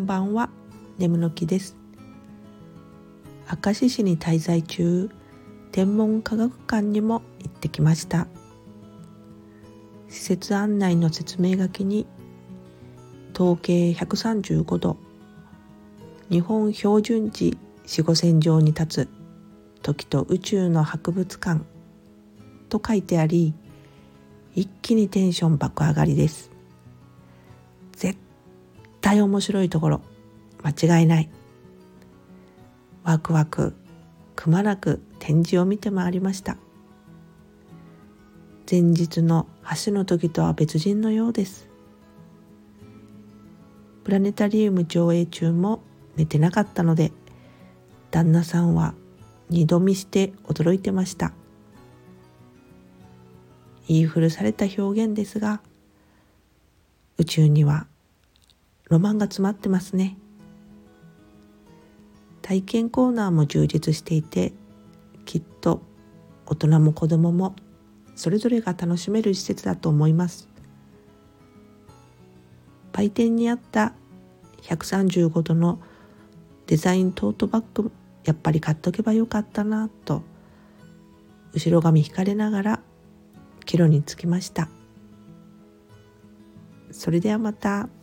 ばんは、ねむの木です。明石市に滞在中、天文科学館にも行ってきました。施設案内の説明書きに、東経135度、日本標準時子午線上に立つ時と宇宙の博物館と書いてあり、一気にテンション爆上がりです。絶対面白いところ間違いない。ワクワクくまなく展示を見て回りました。前日の橋の時とは別人のようです。プラネタリウム上映中も寝てなかったので、旦那さんは二度見して驚いてました。言い古された表現ですが、宇宙にはロマンが詰まってますね。体験コーナーも充実していて、きっと大人も子供もそれぞれが楽しめる施設だと思います。売店にあった135度のデザイントートバッグ、やっぱり買っとけばよかったなと後ろ髪引かれながら帰路に着きました。それではまた。